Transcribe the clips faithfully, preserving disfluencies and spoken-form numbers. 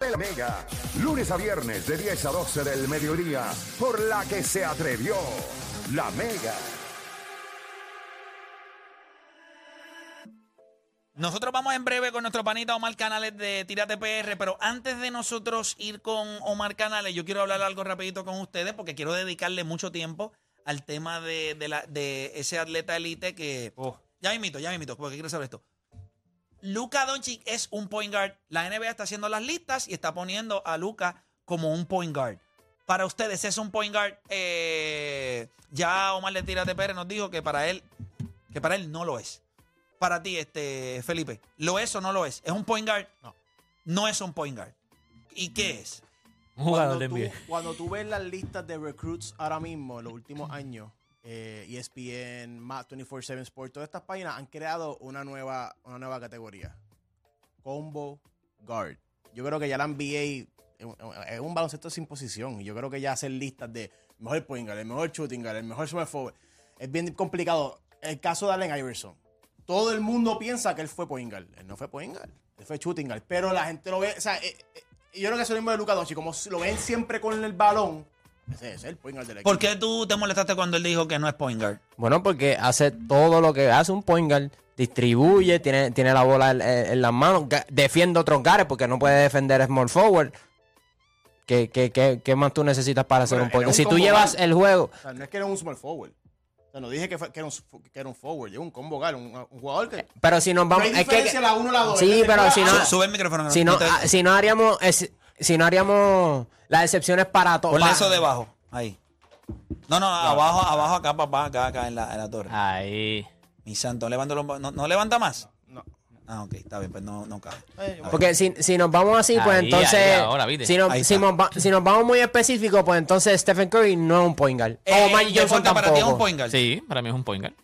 de la Mega. Lunes a viernes de diez a doce del mediodía. Por la que se atrevió La Mega. Nosotros vamos en breve con nuestro panita Omar Canales de Tírate P R, pero antes de nosotros ir con Omar Canales, yo quiero hablar algo rapidito con ustedes porque quiero dedicarle mucho tiempo al tema de, de, la, de ese atleta elite que... Oh. Ya me invito, ya me invito, porque quiero saber esto. Luka Doncic es un point guard. La N B A está haciendo las listas y está poniendo a Luka como un point guard. Para ustedes, ¿es un point guard? Eh, ya Omar de Tírate P R nos dijo que para él, que para él no lo es. Para ti, este Felipe, ¿lo es o no lo es? ¿Es un point guard? No. No es un point guard. ¿Y qué es? Un jugador de N B A. Cuando tú ves las listas de recruits ahora mismo, en los últimos años, eh, E S P N, Matt veinticuatro siete Sport, todas estas páginas han creado una nueva, una nueva categoría. Combo Guard. Yo creo que ya la N B A es un baloncesto sin posición. Y yo creo que ya hacer listas de mejor point guard, el mejor shooting guard, el mejor small forward, es bien complicado. El caso de Allen Iverson. Todo el mundo piensa que él fue point guard. Él no fue point guard, él fue shooting guard. Pero la gente lo ve, o sea, eh, eh, yo creo que es lo mismo de Luka Doncic. Como lo ven siempre con el balón, ese es el point guard del equipo. ¿Por qué tú te molestaste cuando él dijo que no es point guard? Bueno, porque hace todo lo que hace un point guard. Distribuye, tiene, tiene la bola en, en las manos, defiende otros guards porque no puede defender small forward. ¿Qué, qué, qué, qué más tú necesitas para hacer un point guard? Si tú llevas el juego... O sea, no es que era un small forward. O sea, no dije que, fue, que, era, un, que era un forward, es un combo guard, un, un jugador que... Pero si nos vamos... No hay diferencia es que, la uno la dos. Sí, pero si no... Sube el micrófono. Si no, no si no haríamos... Es, si no haríamos las excepciones para todos... Ponle eso debajo, ahí. No, no, abajo, abajo, acá, papá, acá, acá, en la, en la torre. Ahí. Mi santo, levántalo, no, ¿no levanta más? No. Ah, ok, está bien, pues no, no cabe. Porque si, si nos vamos así, pues ahí, entonces... ahí, ahora, si, nos, si, nos va, si nos vamos muy específicos, pues entonces Stephen Curry no es un point guard. Eh, o Magic Johnson tampoco. Para ti es un point guard. Sí, para mí es un point guard.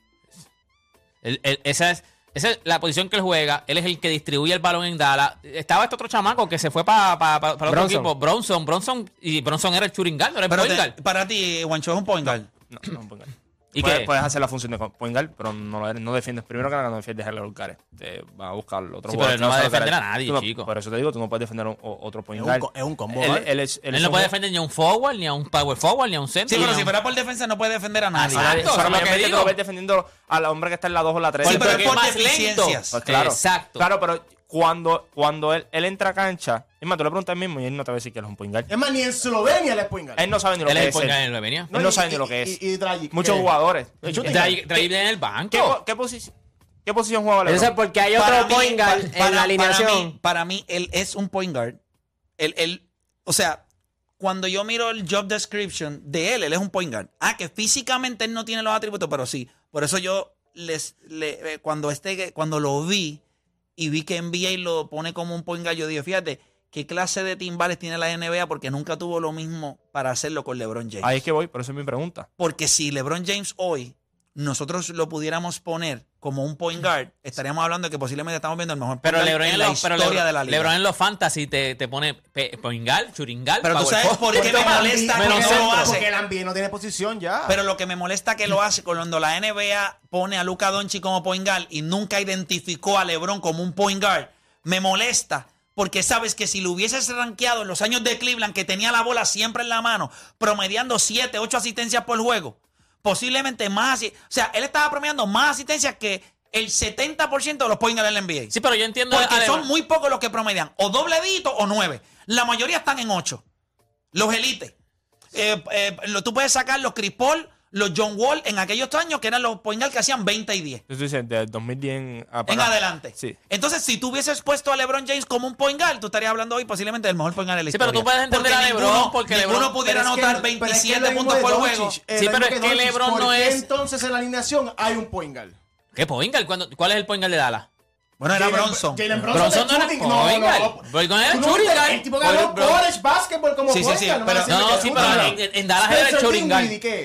Él, él, esa, es, esa es la posición que él juega. Él es el que distribuye el balón en Dallas. Estaba este otro chamaco que se fue para pa, pa, pa el otro equipo. Bronson. Bronson. Y Bronson era el shooting guard, no era el pero point te, guard. Para ti, Juancho, es un point guard. No, no es un point guard. ¿Y puedes, qué? puedes hacer la función de point guard, pero no, no defiendes. Primero que nada, no defiendes a los lugares. Te va a buscar otro Sí, jugador. pero él no va a los defender a lugares. nadie, Tú no- chico. Por eso te digo, tú no puedes defender a un- o- otro point Es guard. un, es un combo Él, guard. él es, él Él es no un puede jugador- defender ni a un forward, ni a un power forward, ni a un Sí, center. pero ni a si un- fuera por defensa no puede defender a nadie. Exacto. Pero eso es lo que mayormente digo. tú lo ves defendiendo al hombre que está en la dos o la tres. Sí, pero porque es por es más deficiencias. lento. Pues claro. Exacto. Claro, pero cuando, cuando él, él entra a cancha, es más, tú le preguntas al mismo y él no te va a decir que él es un point guard. Es más, ni en Eslovenia él es point guard. Él no sabe ni lo Él es que el es. point guard él. en Eslovenia. Él no y- sabe ni y- lo que es. Y, y Dragic, Muchos ¿qué? jugadores. El shooting Trae guard. trae en el ¿Qué, banco. qué, posición, ¿Qué posición jugaba LeBron? Eso es porque hay Para otro mí, point guard pa- en para- la alineación. Para mí, para mí, él es un point guard. Él, él, o sea, cuando yo miro el job description de él, él es un point guard. Ah, que físicamente él no tiene los atributos, pero sí. Por eso yo les, le, eh, cuando este, cuando lo vi y vi que N B A lo pone como un point guard, yo dije, fíjate, ¿qué clase de timbales tiene la N B A? Porque nunca tuvo lo mismo para hacerlo con LeBron James. Ahí es que voy, por eso es mi pregunta. Porque si LeBron James hoy nosotros lo pudiéramos poner como un point guard, estaríamos hablando de que posiblemente estamos viendo el mejor point Pero guard LeBron en en la los, pero historia Lebron, de la liga. LeBron en los fantasy te, te pone pe- point guard, shooting guard, Pero tú power sabes forward. por qué me molesta menos que no centro, lo hace. Porque el N B A no tiene posición ya. Pero lo que me molesta que lo hace cuando la N B A pone a Luka Doncic como point guard y nunca identificó a LeBron como un point guard, me molesta. Porque sabes que si lo hubieses rankeado en los años de Cleveland, que tenía la bola siempre en la mano, promediando siete, ocho asistencias por juego, posiblemente más. O sea, él estaba promediando más asistencias que el setenta por ciento de los point guards del N B A. Sí, pero yo entiendo. Porque a LeBron. son muy pocos los que promedian o doble dígito o nueve. La mayoría están en ocho. Los élites. Eh, eh, lo- tú puedes sacar los Chris Paul, los John Wall en aquellos años que eran los point guard que hacían veinte y diez. Yo estoy diciendo, del dos mil diez a En adelante. Sí. Entonces, si tú hubieses puesto a LeBron James como un point guard, tú estarías hablando hoy posiblemente del mejor point guard de la Sí, historia. pero tú puedes entender a LeBron ninguno, porque ninguno LeBron- pudiera Pero es que- anotar pero es que veintisiete lo mismo puntos de por Doncic, juego. eh, Sí, lo pero mismo es que Doncic. LeBron ¿Por no qué es- entonces en la alineación hay un point guard? ¿Qué point guard? ¿Cuándo- ¿Cuál es el point guard de Dallas? Bueno, era Jalen- Bronson. Jalen Bronson Bronson no era shooting. point No, guard. no. Bronson era Tú no shooting viste, guard. El tipo ganó Bro- college basketball como Sí, sí, point sí, guard. pero- me No, decís sí, que pero shooting en- guard. en Dallas era el Spencer shooting guard. Dinwiddie, ¿qué?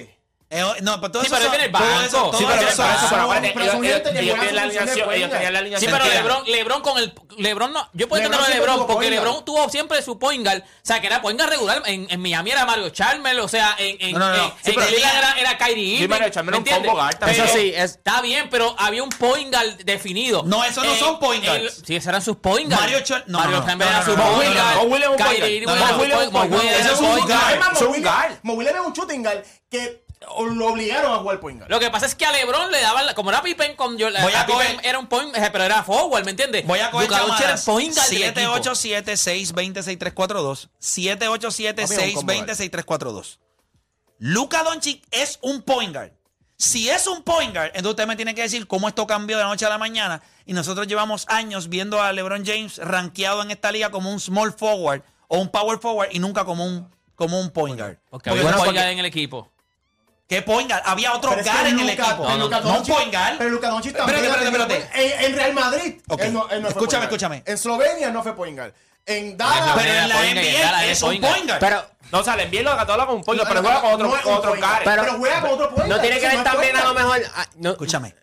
Eh, no, pero todo Sí, eso pero él son- viene el todo banco. eso- todo Sí, pero eso eso- son- eso- pero acuérdate, pero ellos- son gente que ellos juega tienen la su función de alineación, ellos point tenían la Sí, alineación. pero Entiendo. LeBron, LeBron con el LeBron no, yo puedo LeBron entender lo de siempre LeBron tuvo porque point guard. LeBron tuvo siempre su point guard, o sea, que era point guard regular en, en Miami era Mario Chalmers, o sea, en en, No, no, no. en, Sí, en pero Cleveland tenía- era, era Kyrie Irving. Mario Chalmers era un ¿me entiendes? combo guard también. Pero- Eso sí, es- está bien, pero había un point guard definido. No, esos no son point guards. el- sí, esos eran sus point guards. Mario Chal- no, Mario no, no, Chalmers no, era no, su no, point no, no, guard. no, William un point Kyrie guard. Irving No, era no, su William point un point guard. guard. Ese Era es su un point guard. guard. Además, Son Mo Williams- guard. Mo Williams es un shooting guard que lo obligaron a jugar point guard. Lo que pasa es que a LeBron le daban, la- como era Pippen con yo, Voy a a Pippen coger- era un point, eh, pero era forward, ¿me entiendes? Voy a coger Luka Doncic era el llamadas. point guard del siete equipo. ocho siete, seis dos cero, seis tres cuatro dos. siete ocho siete, seis dos cero, seis tres cuatro dos. Luka Doncic es un point guard. Si es un point guard, entonces usted me tiene que decir cómo esto cambió de la noche a la mañana. Y nosotros llevamos años viendo a LeBron James rankeado en esta liga como un small forward o un power forward y nunca como un, como un point guard. Porque había Porque- un point guard en el equipo. ¿Qué point guard? Había otro Pero es que guard en el Luka- equipo. pero No, Luka no un Doncic- point guard. Pero Luka Doncic Espérate, también. espérate, espérate. En, en Real Madrid. Ok. él no- él no fue Escúchame, point guard. escúchame. En Eslovenia no fue point guard. En Dallas. Pero en la Point guard, N en Dallas B A es es un point guard. point guard. Pero No, o sea, le envíen los gatolas con un pollo, No, pero no, juega con no otro- es con un otros point guard. cares. Pero juega con otro point no guard. tiene que Eso ver no es también point a lo guard. mejor. ah, no- Escúchame.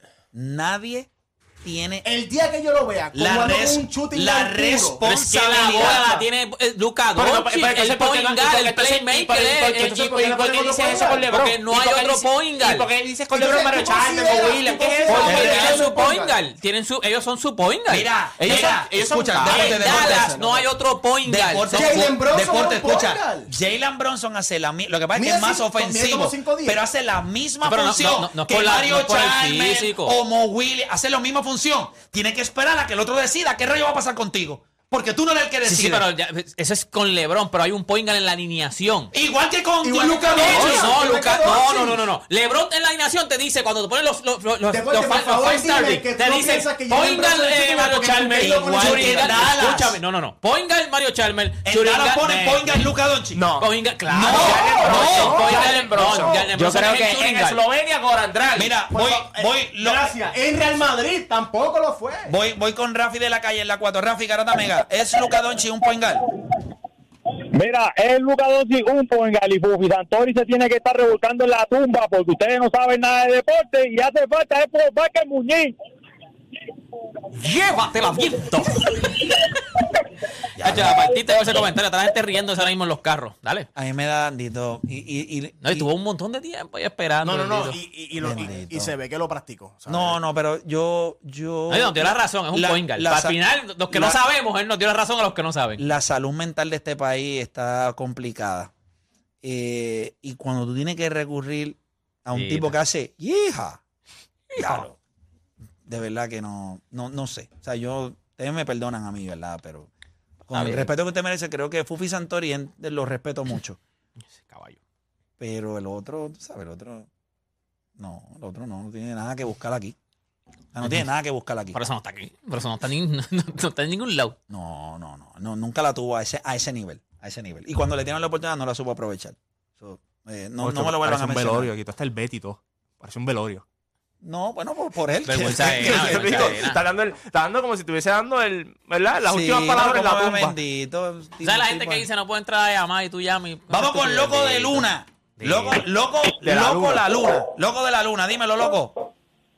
Nadie tiene El día que yo lo vea, la, jugando res- con un shooting la guard puro, Pero es que la responsabilidad. bola la tiene eh, Luka Pero no, Doncic, pero entonces, el ¿por qué point no- guard, y el por qué entonces- y por- playmaker, y por- el- entonces, y- ¿por qué y- no ¿por qué dices dices eso con LeBron? Porque no ¿Y hay por qué otro dices- point guard. ¿Y por qué dices con Entonces, LeBron, Mario ¿tú Chalmers, consideras- Mo Williams? tú ¿Qué es eso? consideras- Porque Ellos tienen son su point point guard. guard, tienen su, ellos son su point guard. Mira, ellos mira, son, ellos son escucha, en deporte, deporte, Dallas no hay otro point guard. Deporte, Jalen Bronson deporte, es un point escucha. guard. Jalen Bronson hace la misma. Lo que pasa es que Mide es más cinco- mide ofensivo. como cinco diez. Pero hace la misma Pero no- función no- no- no es que por la- Mario no es por el Chalmers físico. o Mo Williams. Hace la misma función. Tiene que esperar a que el otro decida qué rayo va a pasar contigo. Porque tú no eres el que Sí, decide. sí, pero ya- eso es con LeBron, pero hay un point guard en la alineación. Igual que con Igual que Luka con Doncic. Doncic. No, Luka Luka, Doncic. no, no, no, no, no. LeBron en la alineación te dice, cuando te ponen los, los, los, los, Deporte, los por five- favor, los five star dime league, que tú te no dice, piensas que Jalen point guard Bronson es eh, un Mario porque Chalmers, cumplido con el shooting shooting guard, Dallas. escúchame, no, no, no. Point guard Mario Chalmers, En shooting Dallas guard, ponen man. point guard Luka Doncic. No. Point guard, claro. No, Jalen Bronson, no, point guard, Jalen Bronson. no, Jalen Yo Bronson creo es que el shooting En guard. Eslovenia, Goran Dragic. Mira, Por voy, favor, eh, voy, lo- Gracias. En Real Madrid tampoco lo fue. voy, voy con Rafi de la calle en la cuatro. Rafi Garata Mega. ¿Es Luka Doncic un point guard? Mira, es Luka Doncic un point guard y Fufi Santori se tiene que estar revolcando en la tumba porque ustedes no saben nada de deporte y hace falta es por Vázquez Muñiz. Llévatela, viento. Ya, ya, partiste con ese comentario. Está la gente riéndose ahora mismo en los carros. Dale. A mí me da Dito. Y, y, y, No, y y- tuvo un montón de tiempo ahí esperando. No, no, no. bendito. Y, y, y, lo- y- Bendito. y se ve que lo practicó. ¿sabes? no, no, pero yo. yo No, nos dio la razón, es un la- point guard. la Al sa- final, los que la- no sabemos, él nos dio la razón a los que no saben. La salud mental de este país está complicada. Eh, y cuando tú tienes que recurrir a un Sí, tipo no. que hace, hija, claro, de verdad que no, no, no sé. O sea, yo, ustedes me perdonan a mí, ¿verdad? Pero con Está el bien. respeto que usted merece, creo que Fufi Santori en- lo respeto mucho. Ese caballo. Pero el otro, tú sabes, el otro, no, el otro no, no tiene nada que buscar aquí. O sea, no tiene nada que buscar aquí. Por eso no está aquí. Por eso no está, ni, no, no está en ningún lado. No, no, no, no, nunca la tuvo a ese, a ese nivel, a ese nivel. Y cuando le dieron la oportunidad no la supo aprovechar. So, eh, no, no me lo vuelvan Parece a un mencionar. velorio, aquí está el Betty y todo. Parece un velorio. No, bueno, por, por él. Vergüenza que- ajena, que- Yo vergüenza digo, ajena. está dando, el, está dando como si estuviese dando el, ¿verdad? Las Sí, últimas palabras en no, la como tumba. bendito. ¿Sabes la gente que dice no puede entrar a llamar y tú llamas? y- Vamos con Loco de Luna. Loco, loco, De la loco luna. la luna. Loco de la luna, dímelo, loco.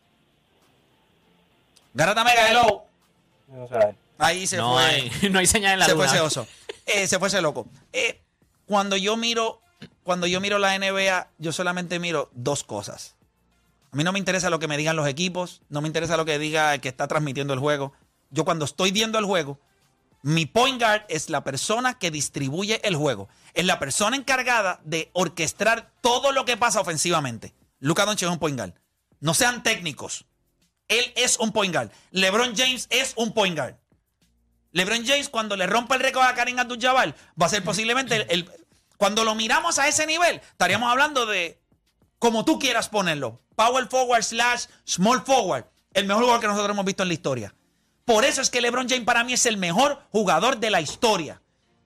Garata Mega, hello. Ahí se No fue. hay, no hay señal en la se luna. fue ese oso. Eh, se fue ese loco. Eh, cuando yo miro, cuando yo miro la N B A, yo solamente miro dos cosas. A mí no me interesa lo que me digan los equipos, no me interesa lo que diga el que está transmitiendo el juego. Yo cuando estoy viendo el juego, mi point guard es la persona que distribuye el juego. Es la persona encargada de orquestar todo lo que pasa ofensivamente. Luka Doncic es un point guard. No sean técnicos. Él es un point guard. LeBron James es un point guard. LeBron James, cuando le rompa el récord a Kareem Abdul-Jabbar, va a ser posiblemente el, el- Cuando lo miramos a ese nivel, estaríamos hablando de, como tú quieras ponerlo, power forward slash small forward, el mejor jugador que nosotros hemos visto en la historia. Por eso es que LeBron James para mí es el mejor jugador de la historia.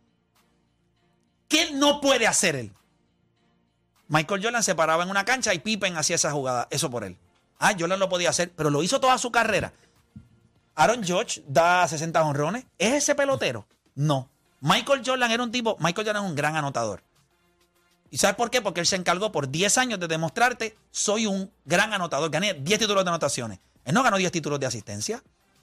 ¿Qué no puede hacer él? Michael Jordan se paraba en una cancha y Pippen hacía esa jugada. Eso por él. Ah, Jordan lo podía hacer, pero lo hizo toda su carrera. Aaron Judge da sesenta jonrones. ¿Es ese pelotero? No. Michael Jordan era un tipo... Michael Jordan es un gran anotador. ¿Y sabes por qué? Porque él se encargó por diez años de demostrarte, soy un gran anotador. Gané diez títulos de anotaciones. Él no ganó diez títulos de asistencia.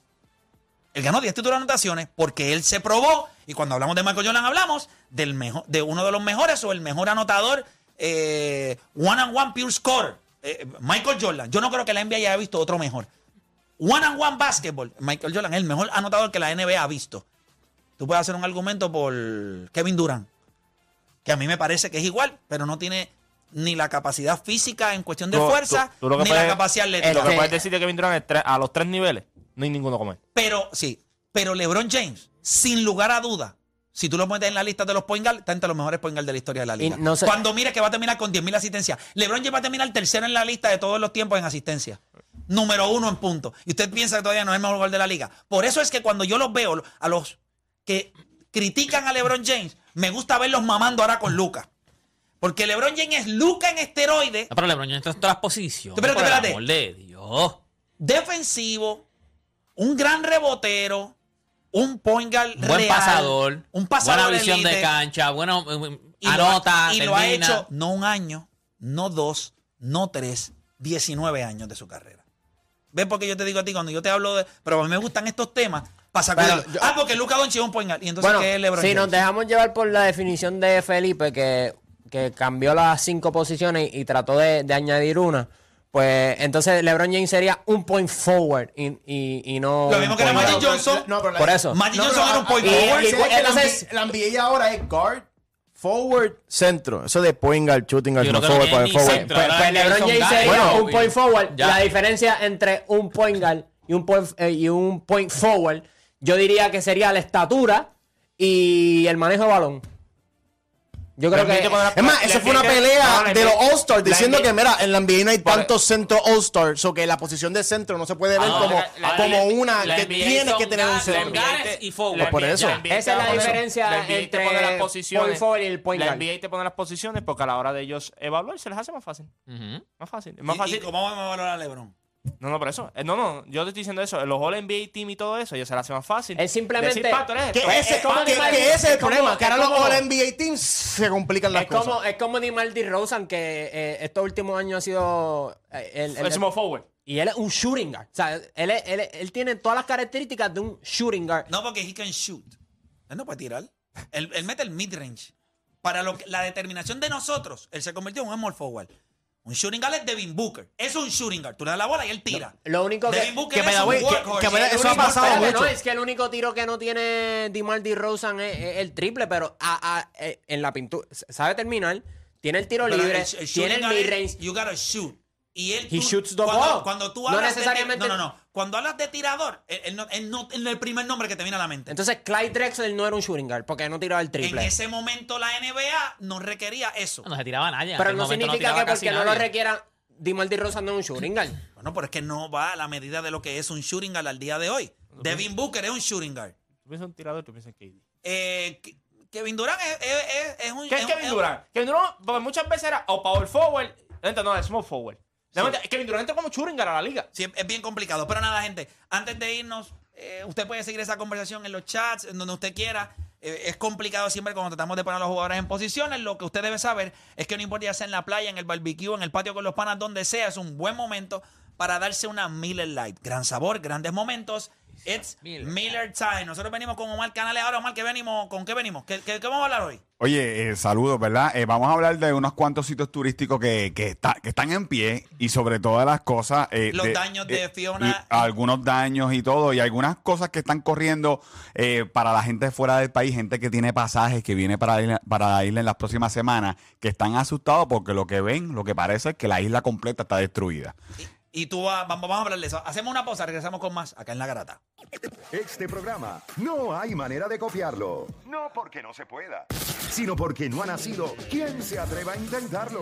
Él ganó diez títulos de anotaciones porque él se probó, y cuando hablamos de Michael Jordan hablamos del mejor, de uno de los mejores o el mejor anotador eh, one and one pure scorer, eh, Michael Jordan. Yo no creo que la N B A haya visto otro mejor. One and one basketball, Michael Jordan es el mejor anotador que la N B A ha visto. Tú puedes hacer un argumento por Kevin Durant, que a mí me parece que es igual, pero no tiene ni la capacidad física en cuestión de Tú- fuerza, tú- tú lo que ni puedes- la capacidad atlética. Lo que que- puedes decir de Kevin Durant es tres- a los tres niveles, no hay ninguno como él. Pero, sí, pero LeBron James, sin lugar a duda, si tú lo metes en la lista de los point guard, está entre los mejores point guard de la historia de la liga. Y no sé- Cuando mires que va a terminar con diez mil asistencias, LeBron James va a terminar tercero en la lista de todos los tiempos en asistencia. Número uno en puntos. Y usted piensa que todavía no es el mejor jugador de la liga. Por eso es que cuando yo los veo, a los que critican a LeBron James, me gusta verlos mamando ahora con Luka. Porque LeBron James es Luka en esteroides, No, pero LeBron James está en todas las posiciones. Espérate, por el espérate. amor de Dios. defensivo, un gran rebotero, un point guard Buen real, pasador. un pasador buena visión elite. de cancha. Bueno, eh, Y lo ha- anota, y lo ha termina. hecho no un año, no dos, no tres, diecinueve años de su carrera. ¿Ves por qué yo te digo a ti cuando yo te hablo de... Pero a mí me gustan estos temas para sacudirlo. Pero yo- Ah, porque Luka Doncic es un point guard. Y entonces, Bueno, ¿qué es LeBron si James? nos dejamos llevar por la definición de Felipe, que, que cambió las cinco posiciones y trató de, de añadir una, pues entonces LeBron James sería un point forward y, y, y no... Lo mismo un que era point Magic guard. Johnson. No, pero la- Por eso. Magic No, Johnson pero era un point a- a- forward. a- es que Entonces- la N B A ahora es guard, forward, centro. Eso de point guard, shooting guard, Yo no creo que forward, no power tiene ni forward. centro. Pues, Ahora pues en LeBron Jason James Garden, sería bueno, un point forward. ya. La diferencia entre un point guard y un point, eh, y un point forward, yo diría que sería la estatura y el manejo de balón. Yo creo Pero que... te pone la- Es más, La eso fue una N B A pelea no, la de N B A los All-Stars diciendo la N B A que, mira, en la N B A no hay Por- tantos centros All-Stars, o que la posición de centro no se puede ver Ah, como, la- la- como la- una la que N B A tienes son que tener un guards, son centro. guards y forward. Pues por eso. La N B A Esa es la te pone- diferencia la N B A te entre pone las posiciones, point forward y el point la guard. N B A te pone las posiciones porque a la hora de ellos evaluar se les hace más fácil. Ujú. Más fácil. Es más ¿Y- fácil. ¿Y cómo vamos a valorar a LeBron? No, no, por eso. Eh, No, no, yo te estoy diciendo eso. Los All N B A Team y todo eso, ellos se les hace más fácil. Es simplemente- Decir, "Pa, tú eres Que esto". ese, es como que, Di María, que ese es el es como- problema, que ahora es los como- All N B A Teams se complican las Es como, cosas. es como DeMar DeRozan, que eh, estos últimos años ha sido... eh, el- el- Es small forward. y él es un shooting guard. O sea, él, es- él, es- él tiene todas las características de un shooting guard. No, porque he can shoot. Él no puede tirar. Él, él mete el mid-range. Para lo que- la determinación de nosotros, él se convirtió en un small forward. Un shooting guard es Devin Booker. Es un shooting guard. Tú le das la bola y él tira. Lo único que... Devin Booker que me es da un güey, que- workhorse. que me da- El eso ha único- pasado Espérate, mucho. no, es que el único tiro que no tiene DeMar DeRozan es, es el triple, pero a- a- eh, en la pintura sabe terminar, tiene el tiro Pero libre, el- el tiene shooting el guard es, mid-range. You gotta shoot. Y él, He tú- shoots the cuando, ball. cuando tú No hablas necesariamente- de... No, no, no. Cuando hablas de tirador, él, él no, él no- él no es el primer nombre que te viene a la mente. Entonces Clyde Drexler no era un shooting guard porque no tiraba el en triple. ese momento la N B A no requería eso. No se tiraba nadie. en Pero aquel no momento significa tiraba que casi porque no lo nadie. requiera DeMar DeRozan no es un shooting guard. Bueno, pero es que no va a la medida de lo que es un shooting guard al día de hoy. Devin Booker es un shooting guard. Tú piensas en un tirador, tú piensas en K D. Eh, Ke- Kevin Durant es, es- es- es un... ¿Qué es un- Kevin es- Durant? Kevin Durant, porque muchas veces era o power forward, entonces no, es small forward. Realmente, Kevin Durant entró como shooting guard a la liga. Sí, es bien complicado. Pero nada, gente, antes de irnos, eh, usted puede seguir esa conversación en los chats, en donde usted quiera. Eh, es complicado siempre cuando tratamos de poner a los jugadores en posiciones. Lo que usted debe saber es que no importa ya sea en la playa, en el barbecue, en el patio con los panas, donde sea, es un buen momento para darse una Miller Lite. Gran sabor, grandes momentos. It's Miller. Miller Time. Nosotros venimos con Omar Canales. Ahora, Omar, ¿qué venimos? ¿Con qué venimos? ¿Qué, qué- qué vamos a hablar hoy? Oye, eh, saludos, ¿verdad? Eh, vamos a hablar de unos cuantos sitios turísticos que, que, está- que están en pie y sobre todas las cosas... eh, Los daños de Fiona. y algunos daños y todo, y algunas cosas que están corriendo eh, para la gente de fuera del país, gente que tiene pasajes, que viene para ir, para la isla en las próximas semanas, que están asustados porque lo que ven, lo que parece es que la isla completa está destruida. Y tú va- vamos, vamos a hablar de eso. Hacemos una pausa, regresamos con más acá en La Garata. Este programa no hay manera de copiarlo. No porque no se pueda, sino porque no ha nacido quien se atreva a intentarlo.